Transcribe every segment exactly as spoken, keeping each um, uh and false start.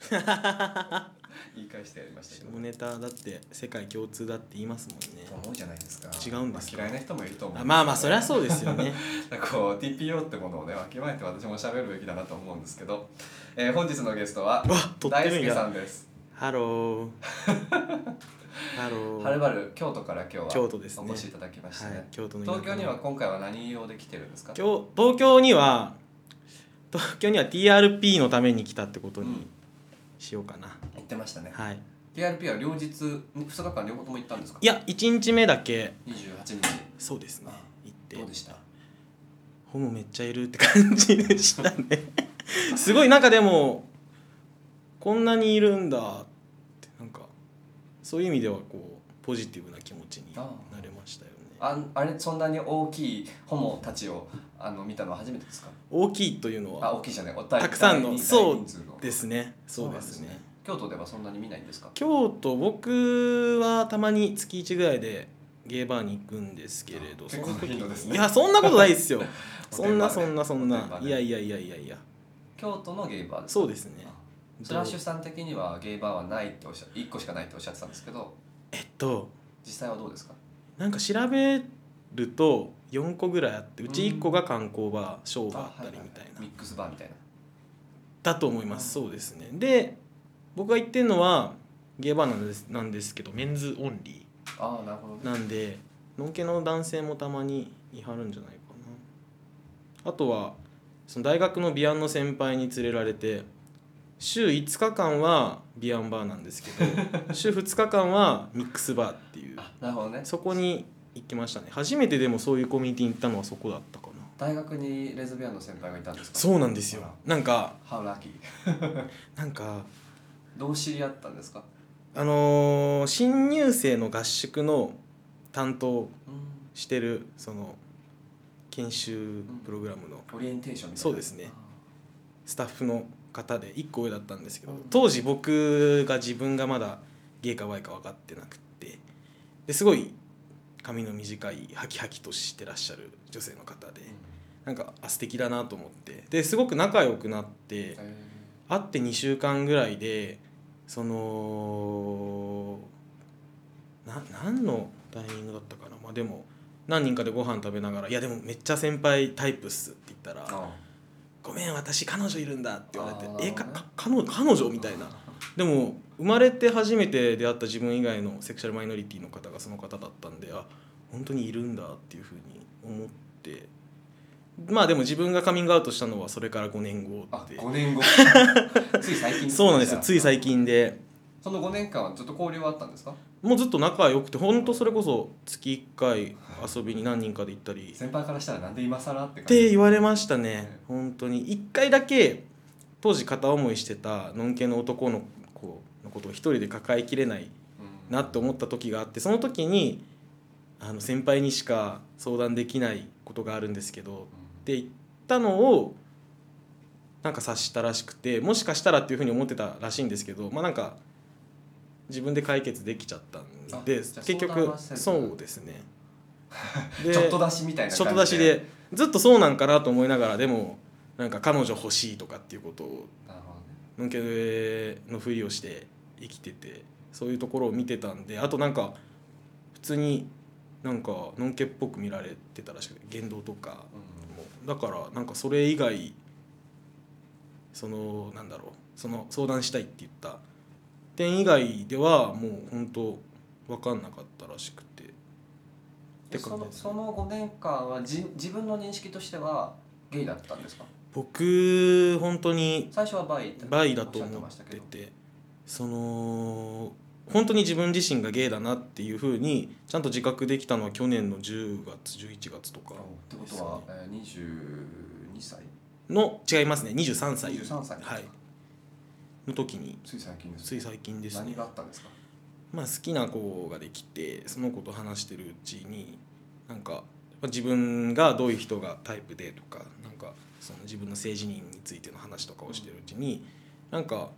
言い返してやりましたけど、 下ネタだって世界共通だって言いますもんね。 思うじゃないですか。 違うんですよ、 まあ、嫌いな人もいると思うんですけど、ね、 まあまあそりゃそうですよねこう ティーピーオー ってものをねわきまえて私も喋るべきだなと思うんですけど、えー、本日のゲストは大輔さんです。 ハローハロー。 はるばる京都から今日は京都ですね、 お越しいただきまして、ね、はい、 京都の東京には今回は何用で来てるんですか？ 今日東京には東京には ティーアールピー のために来たってことにしようかな、うん、 言ってましたね。 はい。 ティーアールピー は両日ふつかかん両方とも行ったんですか？ いやいちにちめだけ。 にじゅうはちにち。 そうですね、行って。 どうでした？ ホモめっちゃいるって感じでしたねすごいなんかでもこんなにいるんだってなんかそういう意味ではこうポジティブな気持ちになれましたよね。 あ, あれそんなに大きいホモたちをあの見たのは初めてですか？ 大きいというのはあ大きいじゃないたくさんの大そう人数のですねそうですね。 京都ではそんなに見ないんですか？ 京都僕はたまに月いちぐらいでゲーバーに行くんですけれど、 結構な頻度ですね。 いやそんなことないですよそんなね、 そんなそんな、ね、いやいやいやいやいや京都のゲーバーですか？ そうですね。 スラッシュさん的にはゲーバーはないっておっしゃいっこしかないっておっしゃってたんですけど、 えっと実際はどうですか？ なんか調べるとよんこぐらいあって、うちいっこが観光バーショーがあったりみたいな、 はいはいはい、ミックスバーみたいなだと思います。そうですね。で僕が言ってるのはゲーバーなんですなんですけどメンズオンリー。ああなるほど、ね、 なんでのんけの男性もたまにいはるんじゃないかな。あとはその大学のビアンの先輩に連れられて週いつかかんはビアンバーなんですけど週ふつかかんはミックスバーっていう、 あなるほど、ね、 そこに行きましたね。初めてでもそういうコミュニティに行ったのはそこだったかな。 大学にレズビアンの先輩がいたんですか？ そうなんですよ。なんかハウラッキーなんかどう知り合ったんですか？ あのー、新入生の合宿の担当してるその研修プログラムの、 うん、オリエンテーションみたいな。 そうですね、スタッフの方でいっこ上だったんですけど、当時僕が自分がまだゲイかワイか分かってなくて、ですごい髪の短いハキハキとしてらっしゃる女性の方で、なんかあ素敵だなと思って、ですごく仲良くなって会ってにしゅうかんぐらいでそのな何のタイミングだったかな、まあでも何人かでご飯食べながら「いやでもめっちゃ先輩タイプっす」って言ったら「ごめん私彼女いるんだ」って言われて「えかか彼女彼女?」みたいな。でも生まれて初めて出会った自分以外のセクシャルマイノリティの方がその方だったんで、あ本当にいるんだっていうふうに思って、まあでも自分がカミングアウトしたのはそれからごねんごって。 あごねんごつい最近そうなんですよ、つい最近で。 そのごねんかんはずっと交流はあったんですか？ もうずっと仲良くて、本当それこそ月いっかい遊びに何人かで行ったり。 先輩からしたらなんで今更って感っじて言われましたね。本当にいっかいだけ当時片思いしてたのんけの男の子のことを一人で抱えきれないなって思った時があって、その時にあの先輩にしか相談できないことがあるんですけどって言ったのをなんか察したらしくて、もしかしたらっていうふうに思ってたらしいんですけど、まあなんか自分で解決できちゃったんで、結局そうですねでちょっと出しみたいな感じでちょっと出しでずっとそうなんかなと思いながら、でもなんか彼女欲しいとかっていうことをのんけのふりをして生きてて、そういうところを見てたんで、あとなんか普通になんかのんけっぽく見られてたらしくて、言動とかも、だからなんかそれ以外そのなんだろうその相談したいって言った点以外ではもう本当分かんなかったらしくて。 でそのそのごねんかんはじ自分の認識としてはゲイだったんですか？ 僕本当に最初はバイバイだと思ってて、その本当に自分自身がゲイだなっていう風にちゃんと自覚できたのは去年のじゅうがつじゅういちがつとか、ね、 ってことは、えー、にじゅうにさいの違いますね、にじゅうさんさいにじゅうさんさいはいの時に。 つい最近ですね。 つい最近ですね。 何があったんですか？ まあ好きな子ができて、その子と話してるうちになんか自分がどういう人がタイプでとか、なんかその自分の性自認についての話とかをしてるうちに、なんか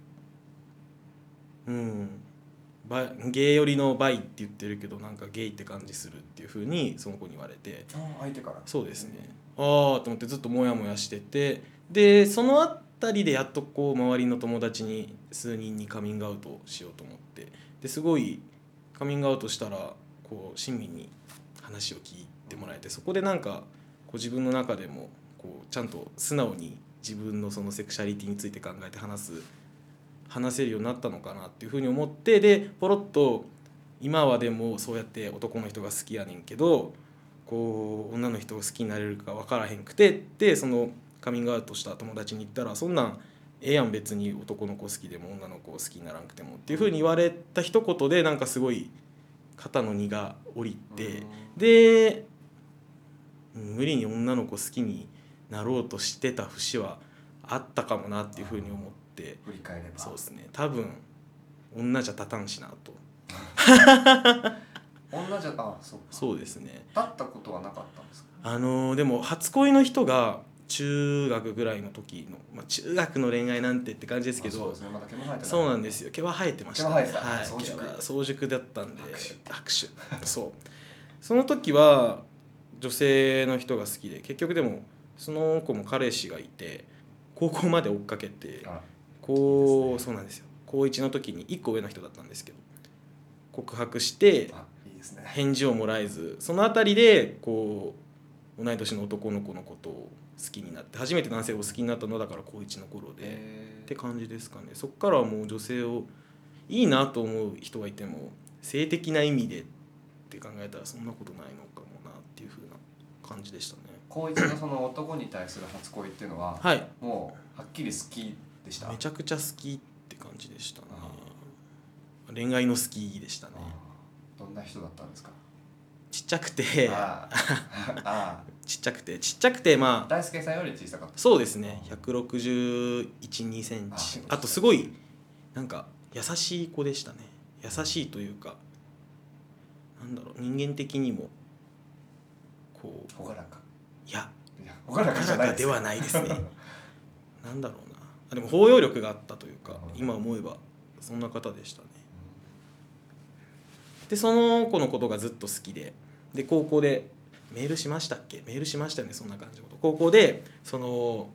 うんバゲイ寄りのバイって言ってるけどなんかゲイって感じするっていう風にその子に言われて、 あ相手からそうですね、ああと思ってずっとモヤモヤしてて、でそのたりでやっとこう周りの友達に数人にカミングアウトしようと思って、ですごいカミングアウトしたらこう親身に話を聞いてもらえて、そこでなんかこう自分の中でもこうちゃんと素直に自分のそのセクシャリティについて考えて話す話せるようになったのかなっていうふうに思って、でポロッと今はでもそうやって男の人が好きやねんけどこう女の人を好きになれるか分からへんくて、でそのカミングアウトした友達に言ったら、そんなんええやん別に男の子好きでも女の子好きにならなくてもっていうふうに言われた一言でなんかすごい肩の荷が下りて、で無理に女の子好きになろうとしてた節はあったかもなっていうふうに思って、 振り返ればそうですね、多分女じゃ立たんしなと女じゃあそうかそうですね、 立ったことはなかったんですか？ あのーでも初恋の人が中学ぐらいの時の、まあ、中学の恋愛なんてって感じですけど、 そうですね、まだ毛も生えてない。 そうなんですよ、毛は生えてました、 毛は生えてた、 はい、 早熟毛は早熟だったんで拍拍手そうその時は女性の人が好きで、結局でもその子も彼氏がいて高校まで追っかけて、 あこういいですねそうなんですよ、高いちの時にいっこ上の人だったんですけど告白してあいいですね。 返事をもらえず、そのあたりでこう同い年の男の子のことを好きになって、初めて男性を好きになったのはだから高いちの頃で、 えって感じですかね。そっからはもう女性をいいなと思う人がいても性的な意味でって考えたらそんなことないのかもなっていう風な感じでしたね。 高一のその男に対する初恋っていうのは、 はい、 もうはっきり好きでした。 めちゃくちゃ好きって感じでしたね。恋愛の好きでしたね。 どんな人だったんですか？ ちっちゃくてああちっちゃくてちっちゃくてまあ大輔さんより小さかった。 そうですね、ひゃくろくじゅういち、にセンチ、あとすごいなんか優しい子でしたね。優しいというかなんだろう、人間的にもこう朗らか。 いやいや朗らかじゃないですではないですねなんだろうなあ、でも包容力があったというか、今思えばそんな方でしたね。でその子のことがずっと好きで、で高校でメールしましたっけメールしましたよね、そんな感じのこと。高校でその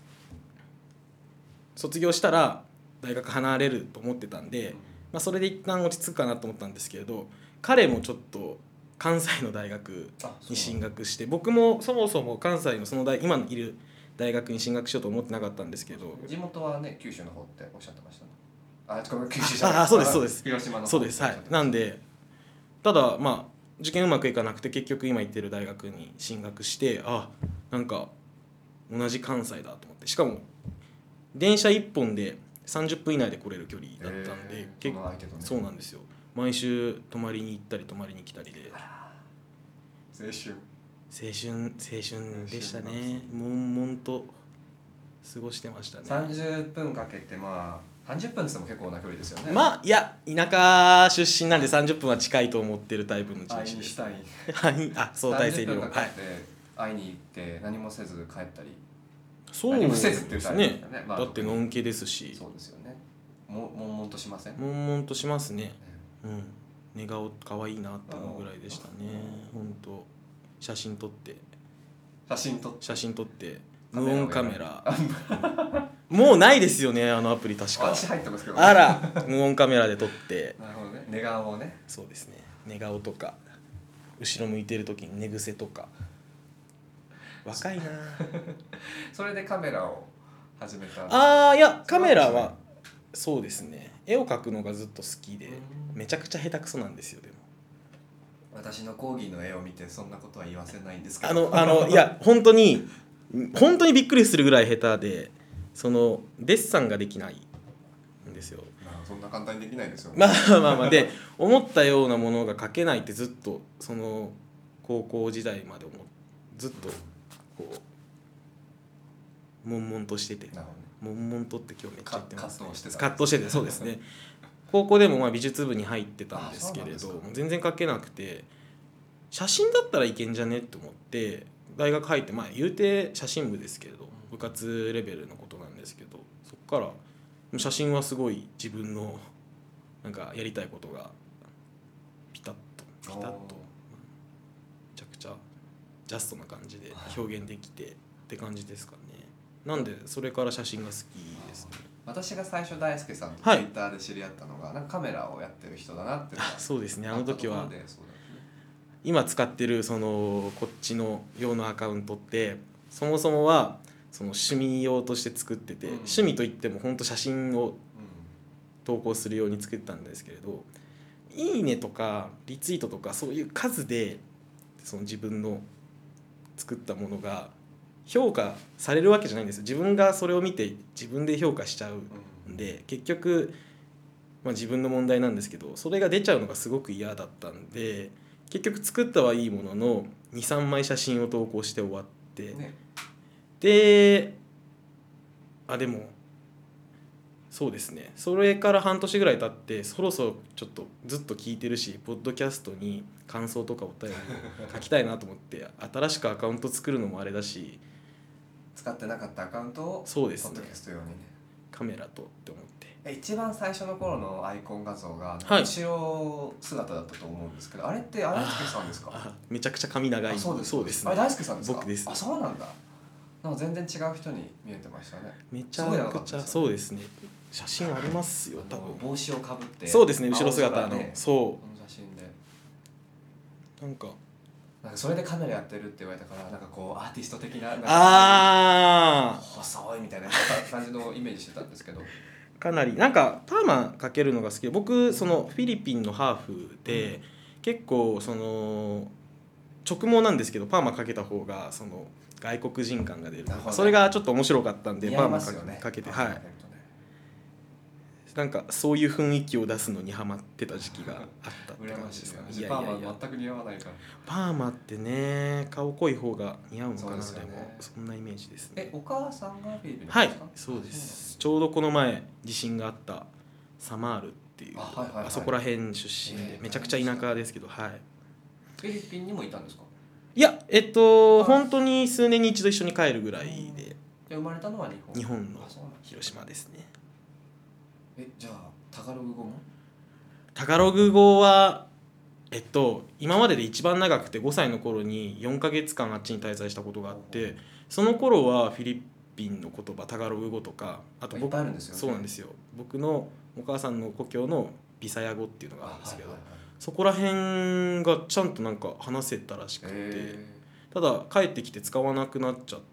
卒業したら大学離れると思ってたんで、まあ、それで一旦落ち着くかなと思ったんですけれど、彼もちょっと関西の大学に進学して、僕もそもそも関西のその大今いる大学に進学しようと思ってなかったんですけど、 地元はね九州の方っておっしゃってましたね。あ、ごめん九州じゃない。 ああそうですそうです広島の方。 そうです、はい。なんでただまあ受験うまくいかなくて結局今行ってる大学に進学して、あなんか同じ関西だと思って、しかも電車いっぽんでさんじゅっぷん以内で来れる距離だったんで、 えー、 結構、 その相手とね、 そうなんですよ、毎週泊まりに行ったり泊まりに来たりで青春青春青春でしたね。悶々と過ごしてましたね。 さんじゅっぷんかけて、まあさんじゅっぷんって言っても結構な距離ですよね。 まあいや田舎出身なんでさんじゅっぷんは近いと思ってるタイプの人アイ種です。 ンシュタインはいあ相対性理論、 さんじゅっぷんかはい、 けて会いに行って何もせず帰ったり、 そう何もせですずっていうタイプですねかね、まあ、 だってのんけですし、 そうですよね。も悶々としません？ 悶々としますね。 ねうん寝顔可愛いなって思うぐらいでしたね。本当写真撮って写真撮って写真撮ってカメラを無音カメラもうないですよねあのアプリ確か。 私入ってますけど、ね、 あら無音カメラで撮ってなるほどね、寝顔をね。 そうですね、寝顔とか後ろ向いてる時に寝癖とか若いなそれでカメラを始めた。 ああいやカメラはそうですね、絵を描くのがずっと好きでめちゃくちゃ下手くそなんですよ。でも私のコーギーの絵を見てそんなことは言わせないんですけど、 あのあのいや本当に本当にびっくりするぐらい下手で、そのデッサンができないんですよ。 まあそんな簡単にできないですよね。 まあまあまあで思ったようなものが描けないってずっとその高校時代まで思ずっとこう悶々としてて、 なるほどね。 悶々とって今日めっちゃ言ってますね。 葛藤してた葛藤しててそうですね高校でもまあ美術部に入ってたんですけれども全然描けなくて、写真だったらいけんじゃねって思って大学入って、まあ言うて写真部ですけれど部活レベルのことなんですけど、そこから写真はすごい自分のなんかやりたいことがピタッとピタッとめちゃくちゃジャストな感じで表現できてって感じですかね。 なんでそれから写真が好きですね。 私が最初大輔さんとツイッターで知り合ったのが、はい、なんかカメラをやってる人だなっていうのが、 あ、そうですね。あの時は、 ね、 今使ってるそのこっちの用のアカウントってそもそもはその趣味用として作ってて、うん、趣味といっても本当写真を投稿するように作ったんですけれど、いいねとかリツイートとかそういう数でその自分の作ったものが評価されるわけじゃないんですよ。自分がそれを見て自分で評価しちゃうんで、結局、まあ、自分の問題なんですけど、それが出ちゃうのがすごく嫌だったんで、結局作ったはいいものの にさんまい写真を投稿して終わって、ね、であでもそうですね、それから半年ぐらい経ってそろそろちょっとずっと聞いてるし、ポッドキャストに感想とかお便りを書きたいなと思って新しくアカウント作るのもあれだし、 使ってなかったアカウントをそうですね、 ポッドキャスト用にね、 カメラとって思って、 一番最初の頃のアイコン画像がはい、 後ろ姿だったと思うんですけど、あれって大輔さんですか？ あめちゃくちゃ髪長い。 そうです、 そうですね、 あれ大輔さんですか？ 僕です。 あ、そうなんだ。なんか全然違う人に見えてましたね。 めちゃくちゃ、そうですね、写真ありますよ多分。 帽子をかぶって、 そうですね、後ろ姿の、ね、そうこの写真でなんかなんかそれでカメラやってるって言われたから、なんかこうアーティスト的な、なんかあ細いみたいな感じのイメージしてたんですけどかなりなんかパーマかけるのが好きで、僕そのフィリピンのハーフで、うん、結構その直毛なんですけどパーマかけた方がその外国人感が出る、それがちょっと面白かったんで、 ね、 パーマかけて、はい、なんかそういう雰囲気を出すのにハマってた時期があったって感じですかね。 いやいやいや、パーマ全く似合わないから。 パーマってね、顔濃い方が似合うのかな。 そうですよね、 でもそんなイメージですね。 え、お母さんがフィリピンですか？ はい、そうです。ちょうどこの前地震があったサマールっていう あ,、はいはいはい、あそこら辺出身で、めちゃくちゃ田舎ですけど、はい。 フィリピンにもいたんですか？ いや、えっと本当に数年に一度一緒に帰るぐらいで。 生まれたのは日本。 日本の広島ですね。 え、じゃあタガログ語も？ タガログ語はえっと今までで一番長くてごさいの頃によんかげつかんあっちに滞在したことがあって、その頃はフィリピンの言葉タガログ語とか、あと僕、 いっぱいあるんですよね。 そうなんですよ。僕のお母さんの故郷のビサヤ語っていうのがあるんですけど、 はいはいはい、 そこら辺がちゃんとなんか話せたらしくて、ただ帰ってきて使わなくなっちゃって、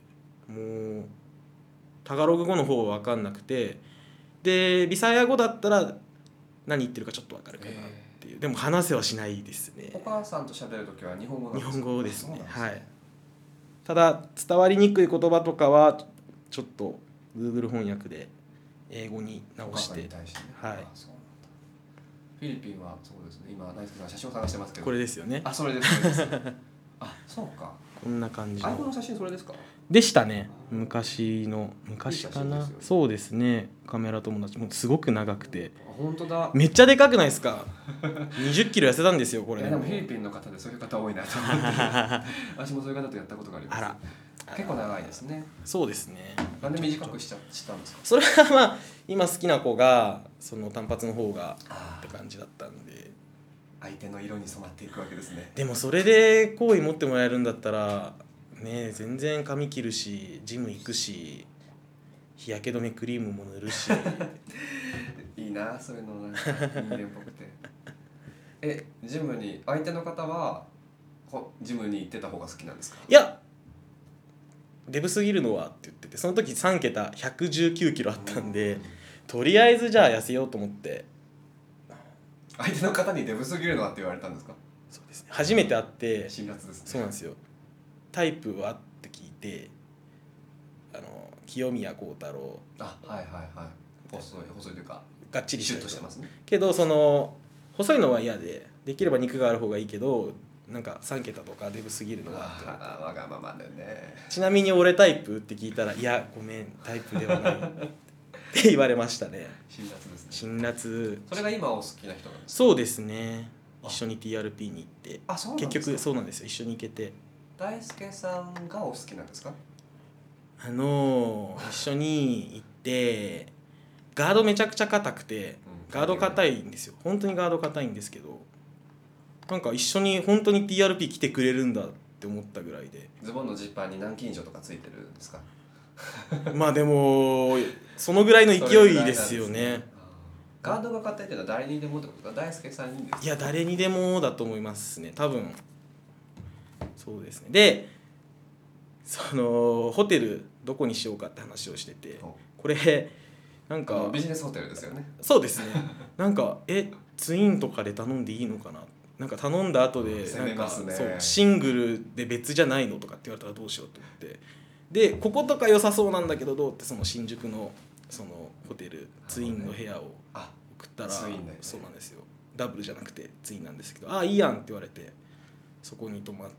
もうタガログ語の方は分かんなくて、でビサヤ語だったら何言ってるかちょっと分かるかなっていう、でも話せはしないですね。 お母さんと喋るときは日本語なんですか？ 日本語ですね。 そうなんですね。はい。 ただ伝わりにくい言葉とかはちょっと Google 翻訳で英語に直して、 お母さんに対してね。 はい。 あ、そうなんだ。フィリピンはそうですね。今大輔さん写真を探してますけど。 これですよね。 あ、それです。それですあ、そうか。 こんな感じの。 アイコンの写真それですか？でしたね。昔の昔かな。いいね、そうですね。カメラ友達もすごく長くて。 本当だ。 めっちゃでかくないですか？にじゅっキロ痩せたんですよこれ。 でもフィリピンの方でそういう方多いなと思って。私もそういう方とやったことがあります。あら。結構長いですね。 そうですね。 なんで短くしちゃしたんですか？ それはまあ今好きな子がその単発の方がって感じだったんで。 相手の色に染まっていくわけですね。 でもそれで好意持ってもらえるんだったらね、全然髪切るしジム行くし日焼け止めクリームも塗るしいいな、そういうのなんか人間っぽくてえ、ジムに相手の方はジムに行ってた方が好きなんですか？ いや、デブすぎるのはって言ってて、その時さんけたひゃくじゅうきゅうキロあったんで、とりあえずじゃあ痩せようと思って。 相手の方にデブすぎるのはって言われたんですか？ そうですね、初めて会って辛辣ですね。 そうなんですよ。タイプはって聞いて、あの清宮幸太郎、 あ、はいはいはい、細い細いというかがっちりシュッとしてますね。 けどその細いのは嫌で、できれば肉がある方がいいけど、なんかさんけたとかデブすぎるのはって。 ああ、わがままでね。 ちなみに俺タイプって聞いたら、いやごめんタイプではないって言われましたね。 辛辣ですね。 辛辣。 それが今お好きな人なんですか？ そうですね。一緒に ティーアールピー に行って、 あ、そうなんですか？ 結局そうなんですよ、一緒に行けて。 大輔さんがお好きなんですか？ あのー、一緒に行ってガードめちゃくちゃ硬くて、ガード硬いんですよ。本当にガード硬いんですけど、なんか一緒に本当に ティーアールピー 来てくれるんだって思ったぐらいで。 ズボンのジッパーに南京錠とかついてるんですか？ まあでもそのぐらいの勢いですよね。 ガードが硬いっていうのは誰にでもってことか、大輔さんにですか？ いや誰にでもだと思いますね多分。そうですね。でそのホテルどこにしようかって話をしてて、これなんかビジネスホテルですよね。 そうですね。なんかえツインとかで頼んでいいのかな、なんか頼んだ後でなんかそうシングルで別じゃないのとかって言われたらどうしようと思って、でこことか良さそうなんだけどどうってその新宿のそのホテルツインの部屋を送ったら、そうなんですよ、ダブルじゃなくてツインなんですけど、ああいいやんって言われてそこに泊まって。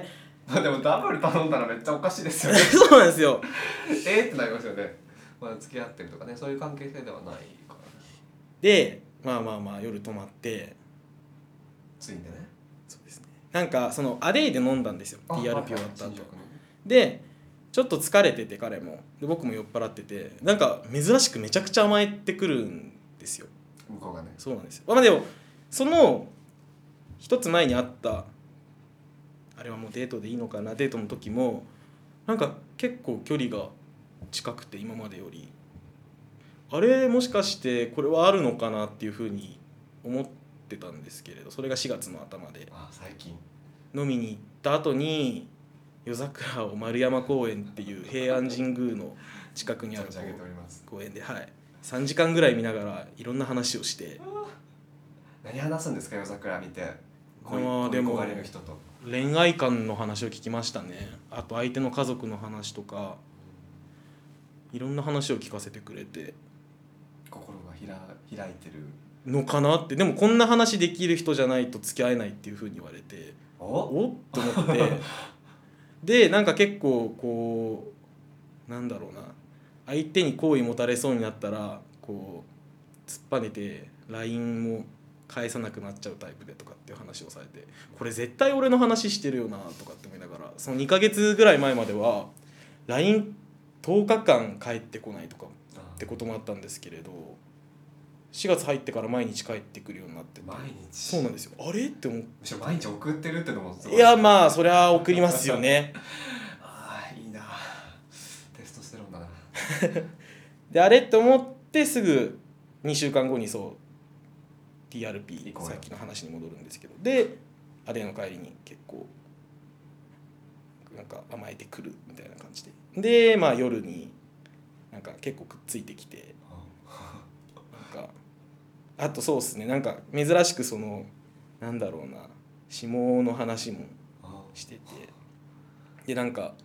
でもダブル頼んだらめっちゃおかしいですよね。 そうなんですよ。 えーってなりますよね。まあ付き合ってるとかね、そういう関係性ではないから。 でまあまあまあ夜泊まってツインでね。 そうですね。なんかそのアデイで飲んだんですよ ティーアールピー 終わった後、 はいはい、 でちょっと疲れてて彼もで僕も酔っ払ってて、なんか珍しくめちゃくちゃ甘えてくるんですよ向こうがね。 そうなんですよ。まあでもその一つ前にあったあれはもうデートでいいのかな、デートの時もなんか結構距離が近くて今までより、あれもしかしてこれはあるのかなっていうふうに思ってたんですけれど、それがしがつの頭で、 あ最近飲みに行った後に夜桜を丸山公園っていう平安神宮の近くにある公園で、はい、さんじかんぐらい見ながらいろんな話をして。 何話すんですか夜桜見て。 まあでも恋愛観の話を聞きましたね。あと相手の家族の話とかいろんな話を聞かせてくれて、 心がひら開いてるのかなって。でもこんな話できる人じゃないと付き合えないっていうふうに言われて、 おおっと思ってでなんか結構こうなんだろうな、相手に好意持たれそうになったらこう突っぱねて ライン も返さなくなっちゃうタイプでとかっていう話をされて、これ絶対俺の話してるよなとかって思いながら、そのにかげつぐらい前までは ラインとおかかん返ってこないとかってこともあったんですけれど、しがつ入ってから毎日帰ってくるようになってて、 毎日そうなんですよ。あれって思う。むしろ毎日送ってるってのもすごいやまあそりゃ送りますよねああいいな、テストステロンだなであれって思ってすぐにしゅうかんごにそう ティーアールピー さっきの話に戻るんですけど、でアデの帰りに結構なんか甘えてくるみたいな感じで、でまあ夜になんか結構くっついてきて、なんかあとそうですね、なんか珍しくそのなんだろうな、下の話もしてて、でなんか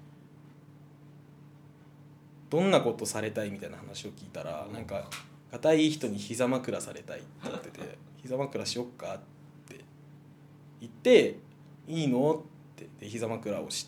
どんなことされたいみたいな話を聞いたら、なんか硬い人に膝枕されたいって言ってて膝枕しよっかって言って、いいのってで膝枕をして、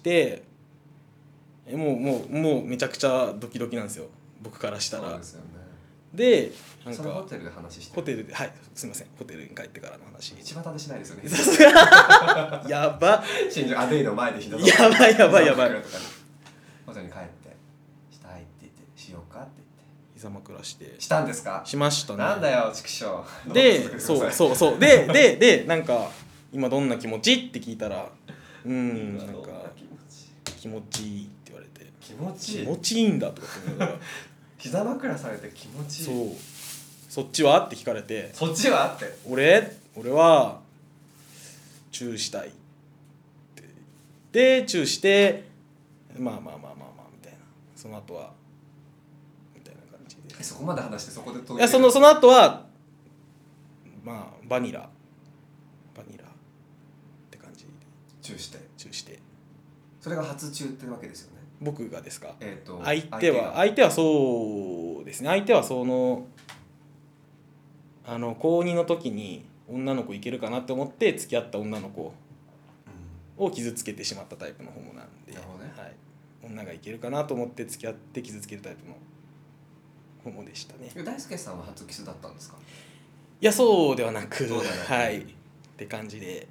えもうもうもうめちゃくちゃドキドキなんですよ僕からしたら。 そうですよね。 でなんかそのホテルで話してホテルで、はいすいません、ホテルに帰ってからの話道端でしないですよねさすがやば新宿アデイの前でひどやばいやばいやばいホテルに帰ってしたいって言ってしようかって言って膝枕してしたんですか？ しましたね。 なんだよ畜生でそうそうそうでででなんか今どんな気持ちって聞いたら、うんなんか気持ちいいって言われて、 気持ちいい気持ちいいんだとかって思いながら膝枕されて気持ちいい。 そうそっちはって聞かれて、 そっちはって俺俺はチューしたいってでチューしてまあまあまあまあまあみたいな、その後はみたいな感じで、 そこまで話してそこでいやそのその後はまあバニラバニラって感じでチューしてチューして。 それが初チューってわけですよね。 僕がですか？ えーと相手は相手はそうですね、相手はそのあの高にの時に女の子いけるかなって思って付き合った女の子を傷つけてしまったタイプのホモなんで、 なるほどね、 はい、女がいけるかなと思って付き合って傷つけるタイプのホモでしたね。 大輔さんは初キスだったんですか？ いやそうではなく、 そうではなくはいって感じで。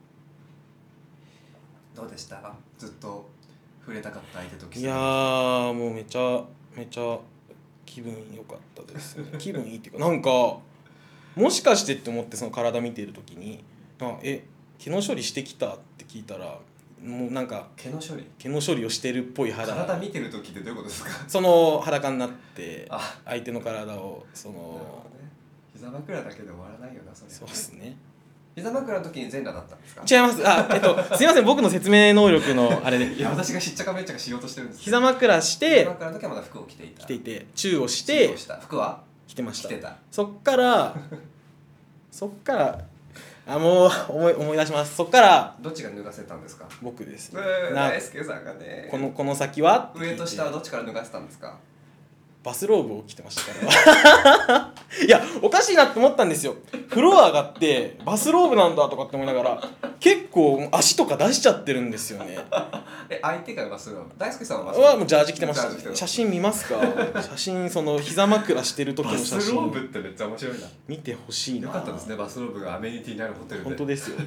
どうでした？ずっと触れたかった相手とキス。 いやーもうめちゃめちゃ気分良かったですね気分いいっていうか、なんかもしかしてって思ってその体見ている時に「あえ機能処理してきた?」って聞いたら「 もうなんか毛の処理毛の処理をしてるっぽい肌体見てる時ってどういうことですか？ その裸になってあ相手の体をそなるほのどね。膝枕だけで終わらないよなそれ。 そうですね膝枕の時に全裸だったんですか？ 違いますあえっとすいません僕の説明能力のあれでいや私がしっちゃかめっちゃかしようとしてるんですけど、 膝枕し膝て枕の時はまだ服を着ていた着ていてチューをしチューてをした服は着てました着てた。 そっからそっからあもう思い思い出しますそっからどっちが脱がせたんですか？ 僕ですうねなー大輔さんがねこのこの先はって聞いて上と下はどっちから脱がせたんですか？ バスローブを着てましたからいやおかしいなって思ったんですよ風呂上がってバスローブなんだとかって思いながら結構足とか出しちゃってるんですよねえ相手がバスローブ大輔さんはバスローブはもうジャージ着てましジャージ着てたた写真見ますか写真その膝枕してる時のバ写スローブ真ってめっちゃ面白いな。 見てほしいなよかったですねバスローブがアメニティになるホテルで。 本当ですよ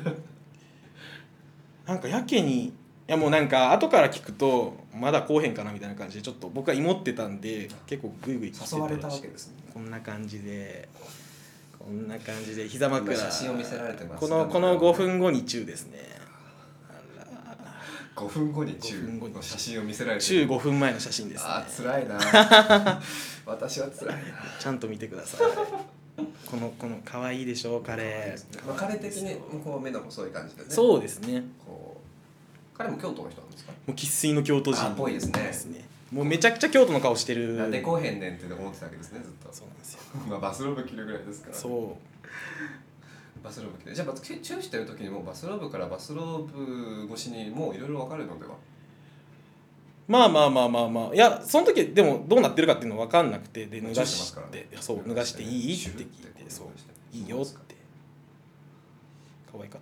なんかやけにいやもうなんか後から聞くとまだこうへんかなみたいな感じでちょっと僕は芋ってたんで結構グイグイ聞いて誘われたわけですね。 こんな感じでこんな感じで膝枕今写真を見せられてますこのこのごふんごにチューですねあらごふんごにチごふんュごにーの写真を見せられてチューごふんまえの写真ですねあー辛いな私は辛いな。 ちゃんと見てくださいこのこの可愛いでしょ彼まあ、彼的にこう目の細い感じでね。 そうですねこう彼も京都の人なんですか？ もう生粋の京都人あっぽいですねですねもうめちゃくちゃ京都の顔してるなんでこうへんねんって思ってたわけですねずっと。 そうなんですよまあバスローブ着るぐらいですから、ね、 そうバスローブ着てじゃあチューしてる時にもうバスローブからバスローブ越しにもういろいろ分かるのでは？ まあまあまあまあまあいやその時でもどうなってるかっていうの分かんなくてで脱がしチューしてますからて、 ねいやそう脱がしていいって聞いてシュッてそうこうしていいよって可愛か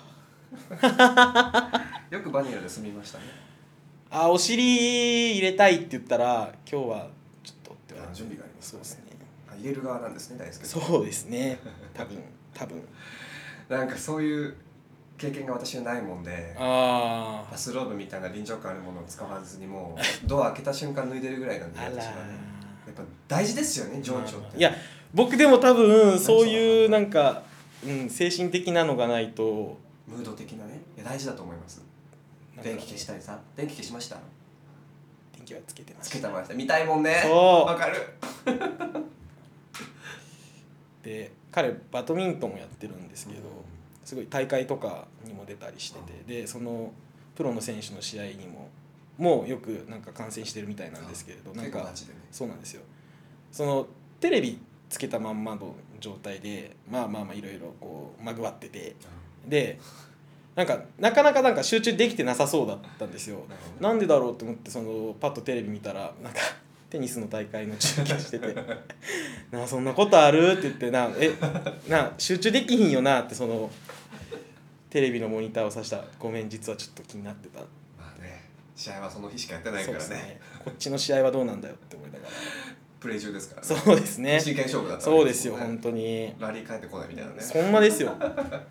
ったよくバニラで済みましたね。 あお尻入れたいって言ったら今日はちょっとって言われて準備がありますからね。 そうですねあ入れる側なんですね大輔さん。 そうですね多分多分なんかそういう経験が私はないもんであバスローブみたいな臨場感あるものを使わずにもうドア開けた瞬間脱いでるぐらいなんであら私はねやっぱ大事ですよね情緒って、 まあまあいや僕でも多分そういうなんか、うん、精神的なのがないとムード的なねいや大事だと思います。 なんか電気消したりさ電気消しました？ 電気はつけてますつけてました見たいもんね。 そうわかるで彼バドミントンをやってるんですけどすごい大会とかにも出たりしててでそのプロの選手の試合にももうよくなんか観戦してるみたいなんですけれどなんかそうなんですよそのテレビつけたまんまの状態でまあまあまあいろいろこうまぐわっててでなんかなかなかなんか集中できてなさそうだったんですよ。なんでだろうと思ってそのパッとテレビ見たらなんかテニスの大会の中継しててなあそんなことあるって言ってなえなあ集中できひんよなってそのテレビのモニターをさしたごめん実はちょっと気になってた。 まあね試合はその日しかやってないから ね, ねこっちの試合はどうなんだよって思いながらプレー中ですからね。 そうですね真剣勝負だったそうですよね本当にラリー帰ってこないみたいなね。 そんなですよ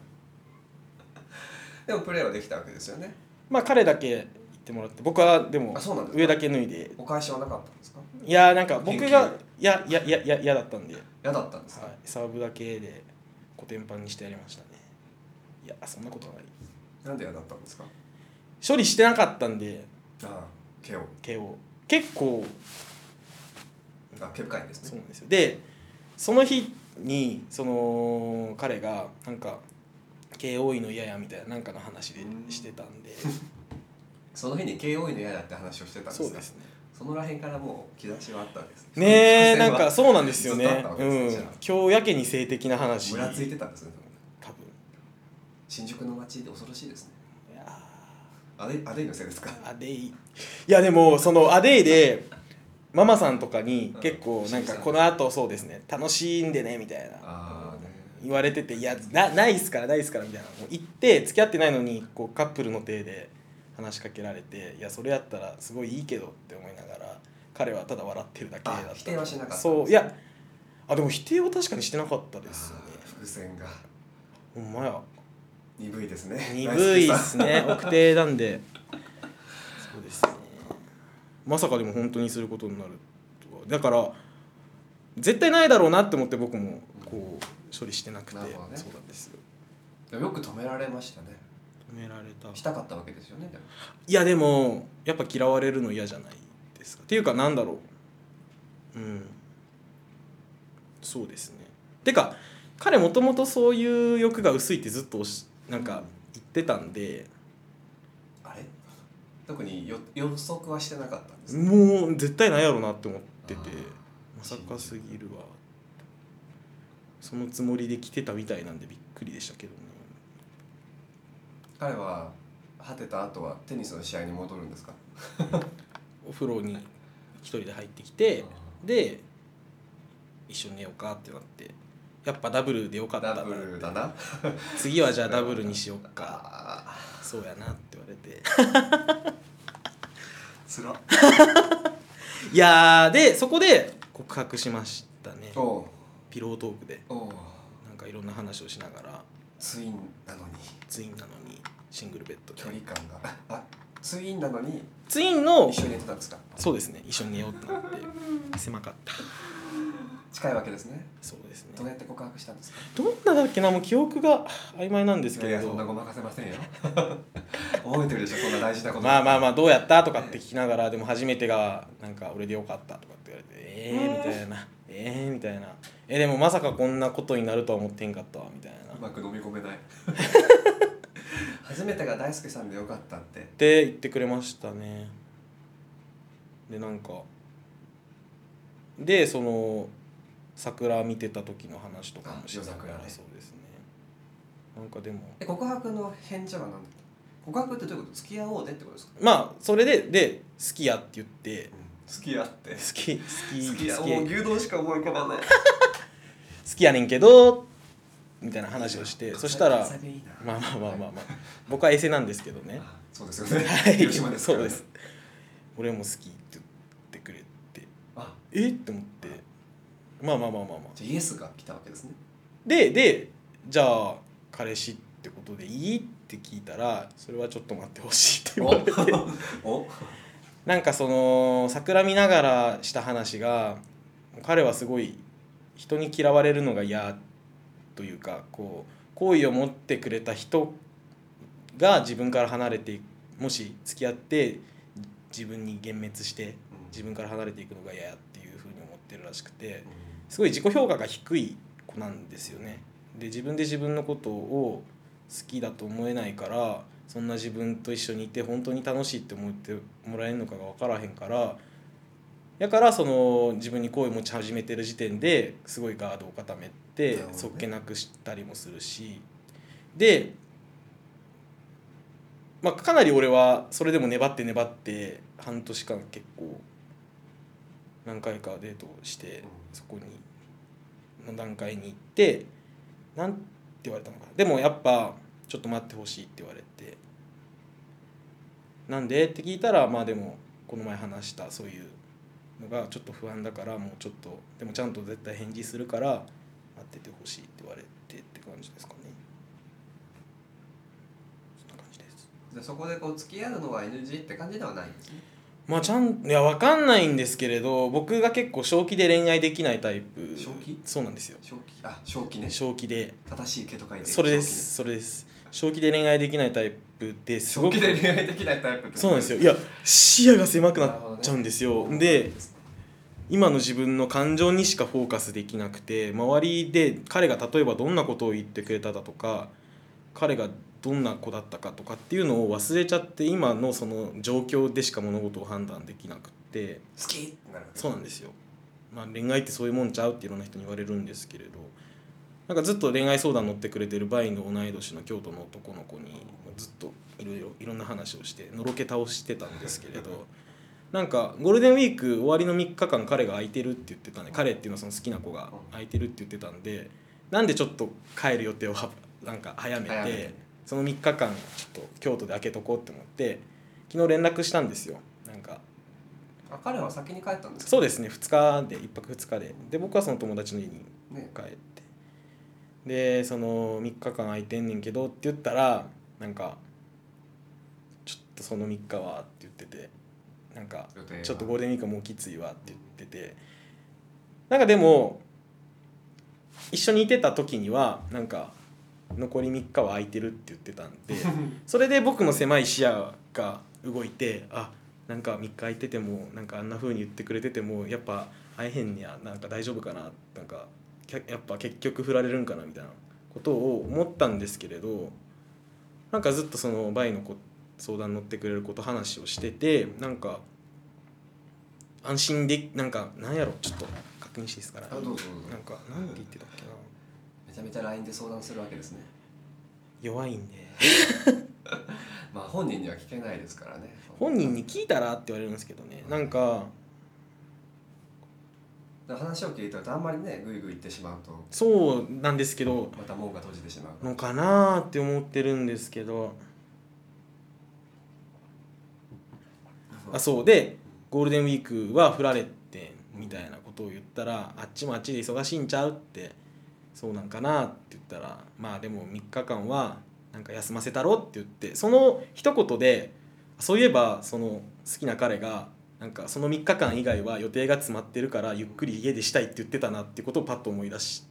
でもプレーはできたわけですよね。 まあ彼だけ言ってもらって僕はでもあそうなんですか上だけ脱いでお返しはなかったんですか？ いやーなんか僕研が究いやいやいやいや嫌だったんで、はい、 嫌だったんですか？ サーブだけでコテンパンにしてやりましたね。いやそんなことないなんで嫌だったんですか？ 処理してなかったんでああ毛を毛を結構あ毛深いんですね。 そうなんですよでその日にその彼がなんか毛多いの嫌やみたいななんかの話でしてたんでその日に毛多いの嫌だって話をしてたんですか？ そうですねそのらへんからもう兆しはあったわけですね。 ねえなんかそうなんですよねずっとあったわけうんですね今日やけに性的な話ムラついてたんですね。 多分新宿の街で恐ろしいですね。 いやアデイアデイのせいですか？ アデイいやでもそのアデイでママさんとかに結構なんかこの後そうですね楽しんでねみたいなあーね言われてていやなないっすからないっすからみたいなもう行って付き合ってないのにこうカップルの体で話しかけられていやそれやったらすごいいいけどって思いながら彼はただ笑ってるだけだった。 あ否定はしなかった。 そういやあでも否定は確かにしてなかったですよね。 伏線がほんまや鈍いですね。 鈍いっすね奥手なんでそうですねまさかでも本当にすることになるとはだから絶対ないだろうなって思って僕もこう処理してなくて、 なるほどねそうなんですよ。 でもよく止められましたね。 止褒められたしたかったわけですよね。でもいやでもやっぱ嫌われるの嫌じゃないですかっていうかなんだろううんそうですねてか彼もともとそういう欲が薄いってずっとおしなんか言ってたんで、 あれ特によ予測はしてなかったんですね。 もう絶対ないやろなって思っててあーまさかすぎるわそのつもりで来てたみたいなんでびっくりでしたけどね。 彼は果てた後はテニスの試合に戻るんですか？ お風呂に一人で入ってきてで一緒に寝ようかってなってやっぱダブルでよかったなダブルだな。 次はじゃあダブルにしよっかあそうやなって言われてつら。 いやーでそこで告白しましたね。 おうピロートークでおうなんかいろんな話をしながらツインなのにツインなのにシングルベッドで距離感があツインなのにツインの一緒に寝てたんですか？ そうですね一緒に寝ようってなって狭かった近いわけですね。 そうですねどうやって告白したんですか？ どんなだっけなもう記憶が曖昧なんですけれいやいやそんなどごまかせませんよ。覚えてるでしょそんな大事なこと。 まあまあまあどうやったとかって聞きながらでも初めてがなんか俺でよかったとかって言われてえーみたいなえーみたいなえでもまさかこんなことになるとは思ってんかったわみたいなうまく飲み込めない。初めてが大輔さんでよかったってって言ってくれましたね。でなんかでその桜見てた時の話とかもしながら、 あ夜桜ねそうですねなんかでもえ告白の返事は何だった？告白ってどういうこと？付き合おうでってことですか？ まあそれでで好きやって言って好きやって好き好き好きや好もう牛丼しか思い浮かばない。 好きやねんけどみたいな話をしてそしたら関西弁いいなまあまあまあまあまあ僕はエセなんですけどねあそうですよね。 はい広島ですからねそうです俺も好きって言ってくれてあえって思ってまあまあまあまあまあじゃあイエスが来たわけですね。 ででじゃあ彼氏ってことでいいって聞いたらそれはちょっと待ってほしいって言われておなんかその桜見ながらした話が彼はすごい人に嫌われるのが嫌というかこう好意を持ってくれた人が自分から離れてもし付き合って自分に幻滅して自分から離れていくのが嫌やっていうふうに思ってるらしくてすごい自己評価が低い子なんですよね。で自分で自分のことを好きだと思えないからそんな自分と一緒にいて本当に楽しいって思ってもらえるのかが分からへんからだからその自分に好意を持ち始めてる時点ですごいガードを固めてなるほどねそっけなくしたりもするしで、まあ、かなり俺はそれでも粘って粘って半年間結構何回かデートしてそこにの段階に行ってなんて言われたのかなでもやっぱちょっと待ってほしいって言われてなんでって聞いたらまあでもこの前話したそういうのがちょっと不安だからもうちょっとでもちゃんと絶対返事するから待っててほしいって言われてって感じですかね。そんな感じです。 じゃあそこでこう付き合うのは エヌジー って感じではないんですね。 まあちゃんいや分かんないんですけれど僕が結構正気で恋愛できないタイプ正気そうなんですよ正気あ正気ね正気で正しい毛と書いてそれですそれです正気で恋愛できないタイプですごく正気で恋愛できないタイプってそうなんですよいや視野が狭くなっちゃうんですよ、 ね、 で今の自分の感情にしかフォーカスできなくて周りで彼が例えばどんなことを言ってくれただとか彼がどんな子だったかとかっていうのを忘れちゃって今のその状況でしか物事を判断できなくて好きってなるわけそうなんですよ、まあ、恋愛ってそういうもんちゃうっていろんな人に言われるんですけれどなんかずっと恋愛相談乗ってくれてるバイの同い年の京都の男の子にずっといろいろいろんな話をしてのろけ倒してたんですけれどなんかゴールデンウィーク終わりのみっかかん彼が空いてるって言ってたんで彼っていうのはその好きな子が空いてるって言ってたんでなんでちょっと帰る予定をはなんか早め早めてそのみっかかんちょっと京都で空けとこうって思って昨日連絡したんですよ。なんかあ彼は先に帰ったんですか？ そうですねふつかでいっぱくふつかでで僕はその友達の家にね帰ってでそのみっかかん空いてんねんけどって言ったらなんかちょっとそのみっかはって言っててなんかちょっとゴールデンウィークはもうきついわって言っててなんかでも一緒にいてた時にはなんか残りみっかは空いてるって言ってたんでそれで僕の狭い視野が動いて、あなんかみっか空いててもなんかあんな風に言ってくれててもやっぱ会えへんにやなんか大丈夫かな、なんかやっぱ結局振られるんかなみたいなことを思ったんですけれど、なんかずっとそのバイのこ相談乗ってくれること話をしてて、なんか安心でなんかなんやろちょっと確認していいですかね。 あどうぞどうぞ。 なんかなんて言ってたっけな。 めちゃめちゃ ライン で相談するわけですね。 弱いんでまあ本人には聞けないですからね。 本人に聞いたらって言われるんですけどね、なんか話を聞いてるとあんまりねグイグイ言ってしまうとそうなんですけどまた門が閉じてしまうのかなって思ってるんですけど、あそうでゴールデンウィークは振られてみたいなことを言ったら、あっちもあっちで忙しいんちゃうって、そうなんかなって言ったら、まあでもみっかかんはなんか休ませたろって言って、その一言でそういえばその好きな彼がなんかそのみっかかん以外は予定が詰まってるからゆっくり家でしたいって言ってたなってことをパッと思い出して、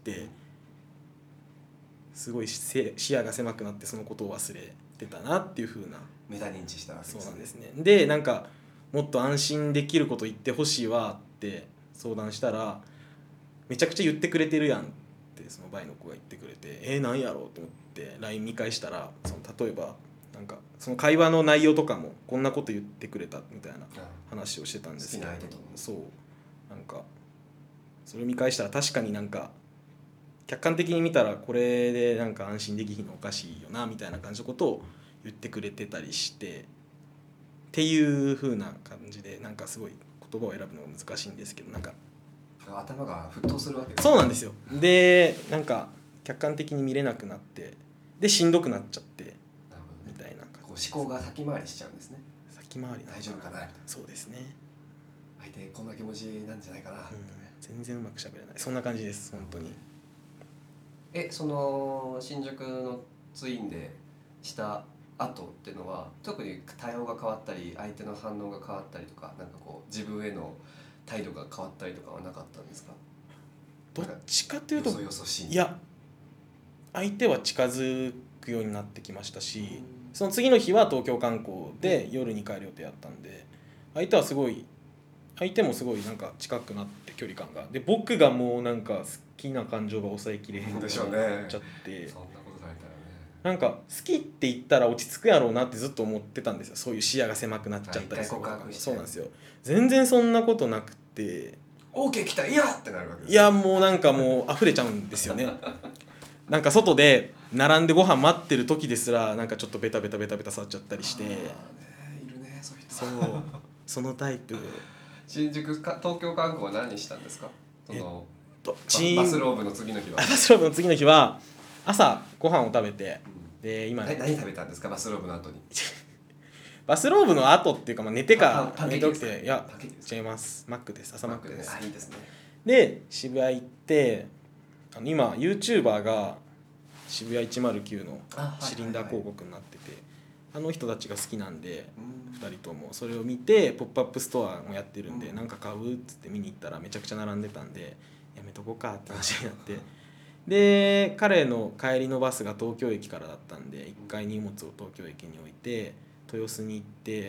すごい視野が狭くなってそのことを忘れてたなっていう風な。 メタ認知したわけですね。 そうなんですね。でなんかもっと安心できること言ってほしいわって相談したら、めちゃくちゃ言ってくれてるやんってそのバイの子が言ってくれて、えー、何やろうと思って ライン 見返したら、その例えばなんかその会話の内容とかもこんなこと言ってくれたみたいな話をしてたんですけど、 好きな相手とそうなんかそれを見返したら確かになんか客観的に見たらこれでなんか安心できひんのおかしいよなみたいな感じのことを言ってくれてたりしてっていう風な感じで、なんかすごい言葉を選ぶのが難しいんですけど、なんか頭が沸騰するわけです。 そうなんですよ。でなんか客観的に見れなくなってでしんどくなっちゃってなるほど、ね、 みたいなこう思考が先回りしちゃうんですね。 先回り大丈夫かな。 そうですね。 相手こんな気持ちなんじゃないかな、うん、 全然うまくしゃべれない、そんな感じです本当に。 えその新宿のツインでした後っていうのは特に対応が変わったり相手の反応が変わったりとか、なんかこう自分への態度が変わったりとかはなかったんですか。 どっちかというとよそよそしい。 いや相手は近づくようになってきましたし、その次の日は東京観光で夜に帰る予定だったんで、相手はすごい相手もすごいなんか近くなって距離感がで、僕がもうなんか好きな感情が抑えきれへんくなっちゃって、 そんなことされたらね、 なんか好きって言ったら落ち着くやろうなってずっと思ってたんですよ。そういう視野が狭くなっちゃったりするとか。そうなんですよ。全然そんなことなくて OK 来たいやってなるわけです。 いやもうなんかもう溢れちゃうんですよねなんか外で並んでご飯待ってる時ですらなんかちょっとベタベタベタベタ触っちゃったりして、 ね、いるねそういう人。 そうそのタイプ。 新宿か東京観光は何したんですか。そのバ, バスローブの次の日は。 バスローブの次の日は朝ご飯を食べて、うん、で今何食べたんですかバスローブの後にバスローブの後っていうか、まあ、寝てか寝て起きて、いや違います、マックです、朝マックです。 あいいですね。 で渋谷行って、あの今 YouTuber が渋谷いちまるきゅうのシリンダー広告になってて、あの人たちが好きなんでふたりともそれを見て、ポップアップストアもやってるんで、なんか買うっつって見に行ったらめちゃくちゃ並んでたんで、やめとこうかって話になってで彼の帰りのバスが東京駅からだったんで、一回荷物を東京駅に置いて豊洲に行って、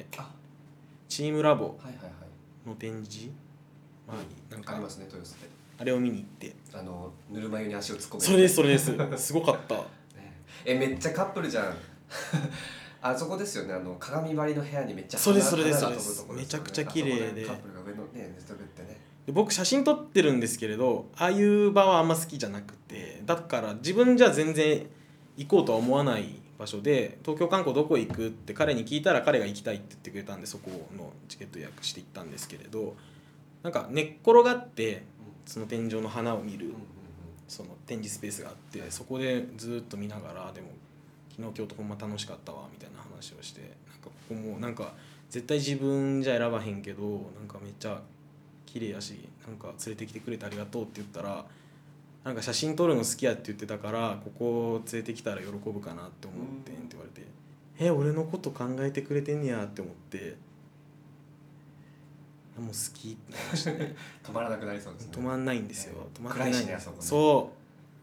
チームラボの展示、まあ、なんかありますね豊洲で。 あれを見に行って、 あのぬるま湯に足を突っ込める。 それですそれですすごかった、ね、 えめっちゃカップルじゃんあそこですよね、あの鏡張りの部屋にめっちゃそれですそれです花が飛ぶところですよね。 めちゃくちゃ綺麗で、 カップルが上のね寝そべってね。 で僕写真撮ってるんですけれど、ああいう場はあんま好きじゃなくて、だから自分じゃ全然行こうとは思わない場所で、東京観光どこ行くって彼に聞いたら彼が行きたいって言ってくれたんで、そこのチケット予約して行ったんですけれど、なんか寝っ転がってその天井の花を見るその展示スペースがあって、そこでずっと見ながら、でも昨日今日とほんま楽しかったわみたいな話をして、なんかここもなんか絶対自分じゃ選ばへんけどなんかめっちゃ綺麗やし、なんか連れてきてくれてありがとうって言ったら、なんか写真撮るの好きやって言ってたからここ連れてきたら喜ぶかなって思ってんって言われて、え俺のこと考えてくれてんねやって思って、もう好きってなりましたね止まらなくなりそうですね。 止まんないんですよ、止まってない。 暗いしねあそこね。 そう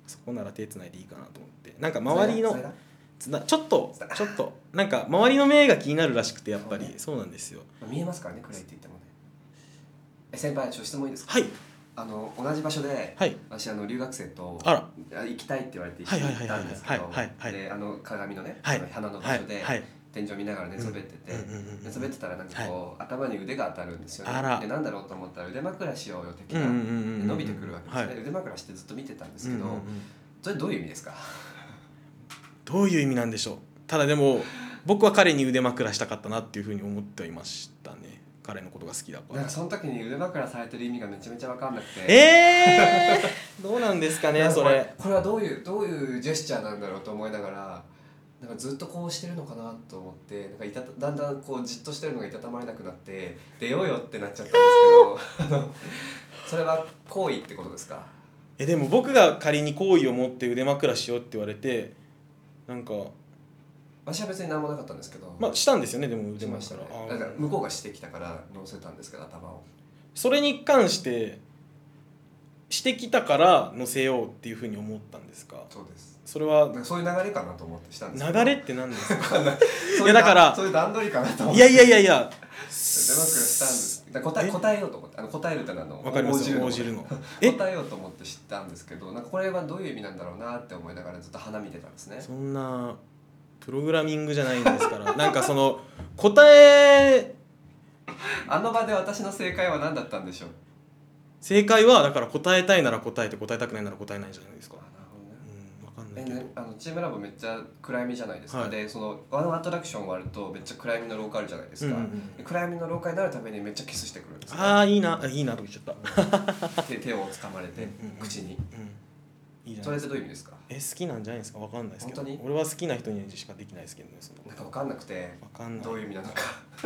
そこなら手つないでいいかなと思って、なんか周りのそれだつなちょっとちょっとなんか周りの目が気になるらしくて、やっぱりそうなんですよ。 見えますからね、暗いって言ってもね。え先輩、ちょっと質問いいですか。 はいあの同じ場所で、 はい私あの留学生とあら行きたいって言われて一は緒に行っいはいはいはいたんですけど、 はいはいはいであの鏡のね、 はいあの花の場所で、 はいはい天井見ながら寝そべってて、 うんうんうんうん寝そべってたらなんかこう、頭に腕が当たるんですよね。 あらでなんだろうと思ったら腕枕しようよ的な、 うんうんうんうんで伸びてくるわけですね、 はい腕枕してずっと見てたんですけど、 うんうんうんそれどういう意味ですか。 どういう意味なんでしょう。ただでも僕は彼に腕枕したかったなっていうふうに思っていましたね。彼のことが好きだから。 なんかその時に腕枕されてる意味がめちゃめちゃ分かんなくて、 えー、どうなんですかねそこれれ。 これはどういうどういうジェスチャーなんだろうと思いながら、なんかずっとこうしてるのかなと思って、なんかいたただんだんこうじっとしてるのがいたたまれなくなって出ようよってなっちゃったんですけどあのそれは行為ってことですか。 えでも僕が仮に好意を持って腕枕しようって言われて、なんか私は別に何もなかったんですけど、 まあしたんですよね。でもし腕枕、 ましたね。 あーだから向こうがしてきたから乗せたんですけど、頭を。 それに関してしてきたから乗せようっていうふうに思ったんですか。 そうです。 それはなんかそういう流れかなと思ってしたんですけど、 流れって何ですか。 わかんないいやだからそういう段取りかなと思っていやいやいやいや腕枕したんです。だから答ええ答えようと思って、あの答えるってのはわかりますよ応応じるの答ええようと思って知ったんですけど、なんかこれはどういう意味なんだろうなって思いながらずっと花見てたんですね。 そんなプログラミングじゃないんですからなんかその答えあの場で私の正解は何だったんでしょう。 正解はだから答えたいなら答えて答えたくないなら答えないじゃないですか。 あ、なるほどね。 うん分かんなえいけど、 ね、あのチームラボめっちゃ暗闇じゃないですか、 はいでそのワンアトラクション終わるとめっちゃ暗闇の廊下あるじゃないですか、 うんうんうんで暗闇の廊下になるためにめっちゃキスしてくるんですよ、 ああいいな、あいいなとか言っちゃった手手を掴まれて、 うんうんうん口に。 うん、いいじゃそれってないですか。 どういう意味ですか。 え好きなんじゃないですか。分かんないですけど、 本当に俺は好きな人にしかできないですけどね。そのなんか分かんなくて分かんないどういう意味なのか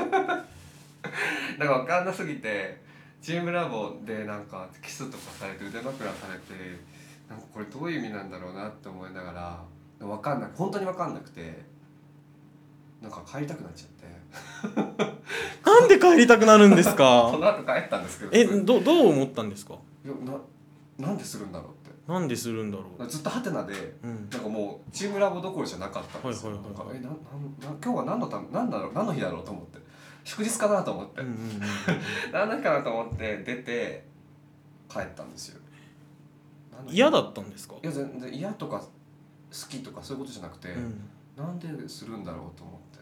なんか分かんなすぎて、チームラボでなんかキスとかされて腕枕されて、なんかこれどういう意味なんだろうなって思いながら、分かんなく本当に分かんなくて、なんか帰りたくなっちゃってなんで帰りたくなるんですそかの後帰ったんですけど、 え普通どどう思ったんですか。 いやななんでするんだろうって、 なんでするんだろう。 ずっとハテナで、 うんなんかもうチームラボどころじゃなかったんですよ。 はいはいはいはいなんかえなんなんなん今日は何のためなんだろう何の日だろうと思って、祝日かなと思って、 うんうんうんうん何の日かなと思って出て帰ったんですよ。何の日嫌だったんですか。 いや全然嫌とか好きとかそういうことじゃなくて、 うんなんでするんだろうと思って、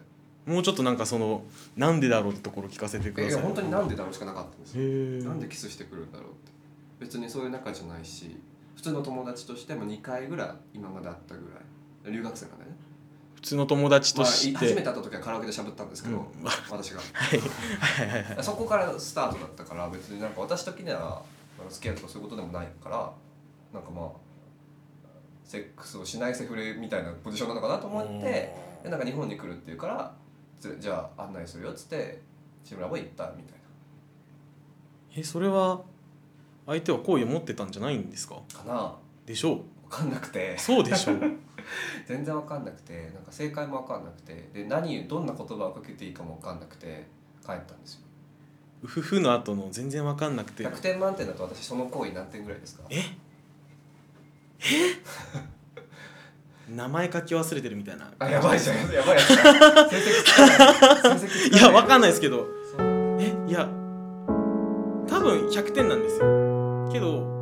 もうちょっとなんかそのなんでだろうってところ聞かせてください。 いや本当になんでだろうしかなかったんですよ。 へーなんでキスしてくるんだろうって、別にそういう仲じゃないし、普通の友達としてもにかいぐらい今まで会ったぐらい、留学生なんでね、 普通の友達まあ、 として、 初めて会った時はカラオケで喋ったんですけど、 うん私がはいはいはいはいそこからスタートだったから、別になんか私的には付き合うとかそういうことでもないから、なんかまあセックスをしないセフレみたいなポジションなのかなと思って、でなんか日本に来るっていうからつじゃあ案内するよっつってチームラボ行ったみたいえそれは相手は好意を持ってたんじゃないんですか。 なかな。 でしょう。 分かんなくてそうでしょう全然分かんなくて、なんか正解も分かんなくて、で何どんな言葉をかけていいかも分かんなくて帰ったんですよ。 うふふの後の全然わかんなくてひゃくてん満点だと私その行為何点ぐらいですか。 ええ名前書き忘れてるみたいな。 あ、やばいじゃん、やばいやつだ。成績つかない成績つかないいやわかんないですけど、 そうえいや多分ひゃくてんなんですよけど